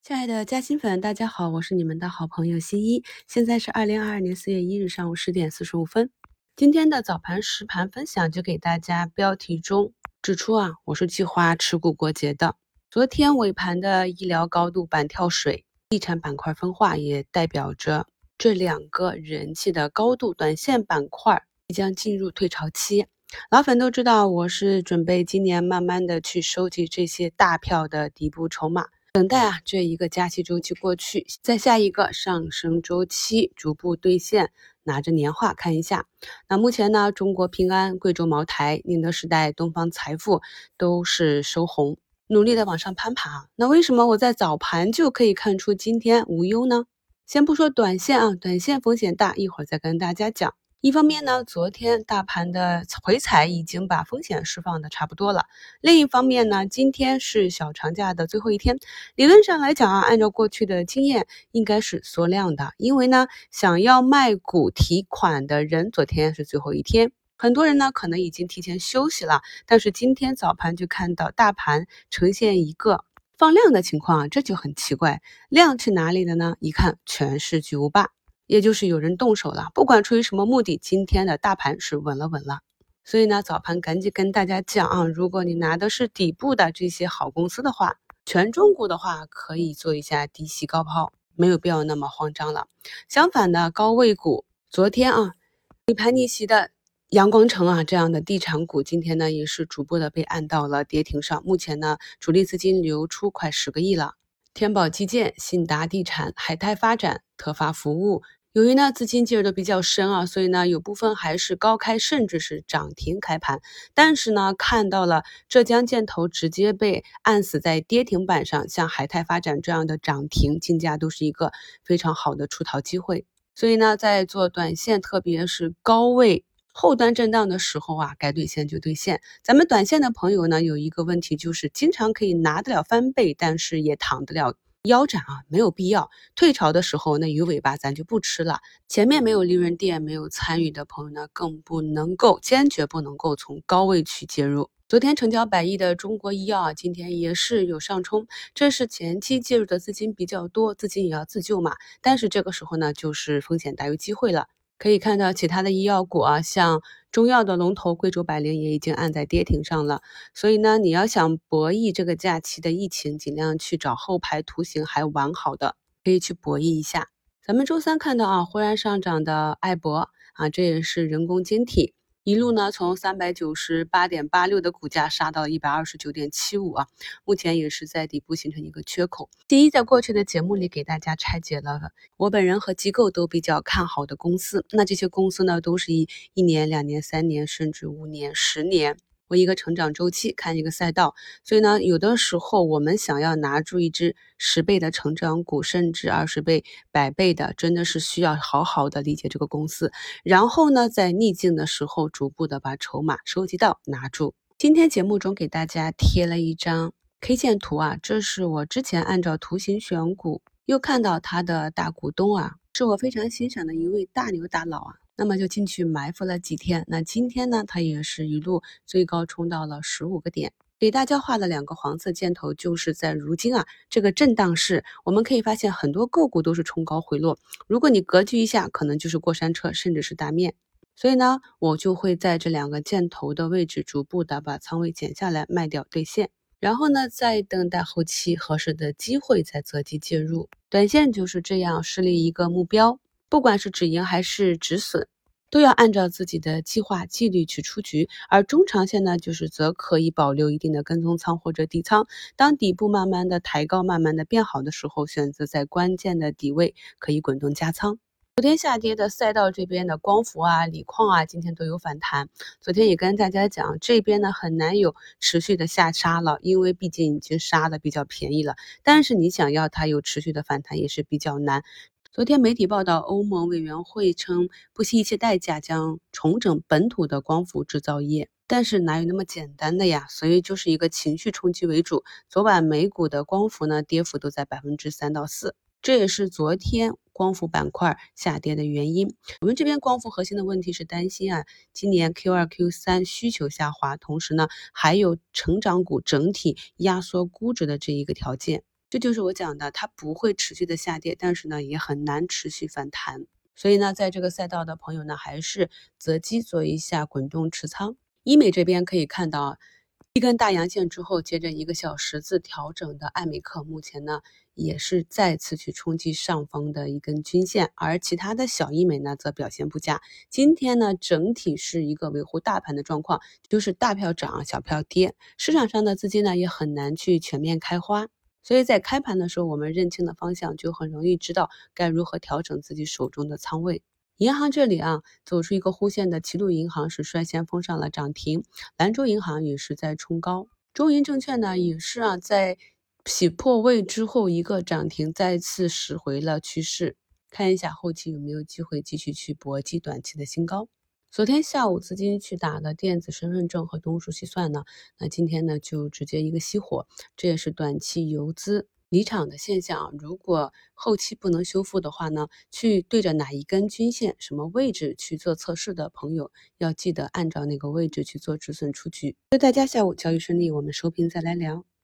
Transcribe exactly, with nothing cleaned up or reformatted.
亲爱的嘉兴粉，大家好，我是你们的好朋友新一。现在是二零二二年四月一日上午十点四十五分。今天的早盘实盘分享就给大家标题中指出啊，我是计划持股过节的。昨天尾盘的医疗高度板跳水，地产板块分化也代表着这两个人气的高度短线板块即将进入退潮期。老粉都知道，我是准备今年慢慢的去收集这些大票的底部筹码。等待啊，这一个假期周期过去，在下一个上升周期逐步兑现，拿着年化看一下。那目前呢，中国平安、贵州茅台、宁德时代、东方财富都是收红，努力的往上攀爬。那为什么我在早盘就可以看出今天无忧呢？先不说短线啊，短线风险大，一会儿再跟大家讲。一方面呢，昨天大盘的回踩已经把风险释放的差不多了。另一方面呢，今天是小长假的最后一天，理论上来讲啊，按照过去的经验，应该是缩量的。因为呢，想要卖股提款的人，昨天是最后一天，很多人呢可能已经提前休息了，但是今天早盘就看到大盘呈现一个放量的情况，这就很奇怪。量去哪里了呢？一看全是巨无霸。也就是有人动手了，不管出于什么目的，今天的大盘是稳了稳了。所以呢，早盘赶紧跟大家讲啊，如果你拿的是底部的这些好公司的话，权重股的话可以做一下低吸高抛，没有必要那么慌张了。相反的，高位股昨天啊尾盘逆袭的阳光城啊这样的地产股，今天呢也是逐步的被按到了跌停上。目前呢，主力资金流出快十个亿了。天宝基建、信达地产、海泰发展、特发服务。由于呢资金介入的比较深啊，所以呢有部分还是高开，甚至是涨停开盘。但是呢看到了浙江建投直接被按死在跌停板上，像海泰发展这样的涨停竞价都是一个非常好的出逃机会。所以呢在做短线，特别是高位后端震荡的时候啊，该兑现就兑现。咱们短线的朋友呢有一个问题，就是经常可以拿得了翻倍，但是也躺得了腰斩啊，没有必要。退潮的时候，那鱼尾巴咱就不吃了。前面没有利润垫、没有参与的朋友呢，更不能够，坚决不能够从高位去介入。昨天成交百亿的中国医药啊，今天也是有上冲，这是前期介入的资金比较多，资金也要自救嘛。但是这个时候呢，就是风险大于机会了。可以看到其他的医药股啊，像中药的龙头贵州百灵也已经按在跌停上了。所以呢，你要想博弈这个假期的疫情，尽量去找后排图形还完好的，可以去博弈一下。咱们周三看到啊，忽然上涨的艾博啊，这也是人工晶体，一路呢从三百九十八点八六的股价杀到了一百二十九点七五啊，目前也是在底部形成一个缺口。第一，在过去的节目里给大家拆解了我本人和机构都比较看好的公司，那这些公司呢都是以一年、两年、三年，甚至五年、十年为一个成长周期看一个赛道。所以呢，有的时候我们想要拿住一只十倍的成长股，甚至二十倍、百倍的，真的是需要好好的理解这个公司，然后呢，在逆境的时候逐步的把筹码收集到拿住。今天节目中给大家贴了一张 K 线图啊，这是我之前按照图形选股，又看到他的大股东啊，是我非常欣赏的一位大牛大佬啊，那么就进去埋伏了几天。那今天呢，它也是一路最高冲到了十五个点。给大家画了两个黄色箭头，就是在如今啊这个震荡市，我们可以发现很多个股都是冲高回落。如果你格局一下，可能就是过山车，甚至是大面。所以呢，我就会在这两个箭头的位置逐步的把仓位减下来，卖掉兑现。然后呢，再等待后期合适的机会再择机介入。短线就是这样设立一个目标，不管是止盈还是止损，都要按照自己的计划纪律去出局。而中长线呢，就是则可以保留一定的跟踪仓或者底仓，当底部慢慢的抬高，慢慢的变好的时候，选择在关键的底位可以滚动加仓。昨天下跌的赛道这边的光伏啊、锂矿啊，今天都有反弹。昨天也跟大家讲，这边呢很难有持续的下杀了，因为毕竟已经杀的比较便宜了。但是你想要它有持续的反弹也是比较难。昨天媒体报道，欧盟委员会称不惜一切代价将重整本土的光伏制造业，但是哪有那么简单的呀？所以就是一个情绪冲击为主。昨晚美股的光伏呢，跌幅都在百分之三到四。这也是昨天光伏板块下跌的原因。我们这边光伏核心的问题是担心啊，今年 Q 二 Q 三 需求下滑，同时呢还有成长股整体压缩估值的这一个条件。 这就是我讲的，它不会持续的下跌，但是呢，也很难持续反弹。所以呢，在这个赛道的朋友呢，还是择机做一下滚动持仓。医美这边可以看到，一根大阳线之后，接着一个小十字调整的爱美克，目前呢也是再次去冲击上方的一根均线，而其他的小医美呢则表现不佳。今天呢，整体是一个维护大盘的状况，就是大票涨，小票跌，市场上的资金呢也很难去全面开花。所以在开盘的时候，我们认清的方向，就很容易知道该如何调整自己手中的仓位。银行这里啊，走出一个弧线的齐鲁银行是率先封上了涨停，兰州银行也是在冲高，中银证券呢也是啊在洗破位之后一个涨停，再次拾回了趋势，看一下后期有没有机会继续去搏击短期的新高。昨天下午资金去打的电子身份证和东数西算呢，那今天呢就直接一个熄火，这也是短期游资离场的现象。如果后期不能修复的话呢，去对着哪一根均线、什么位置去做测试的朋友，要记得按照那个位置去做止损出局。祝大家下午交易顺利，我们收评再来聊。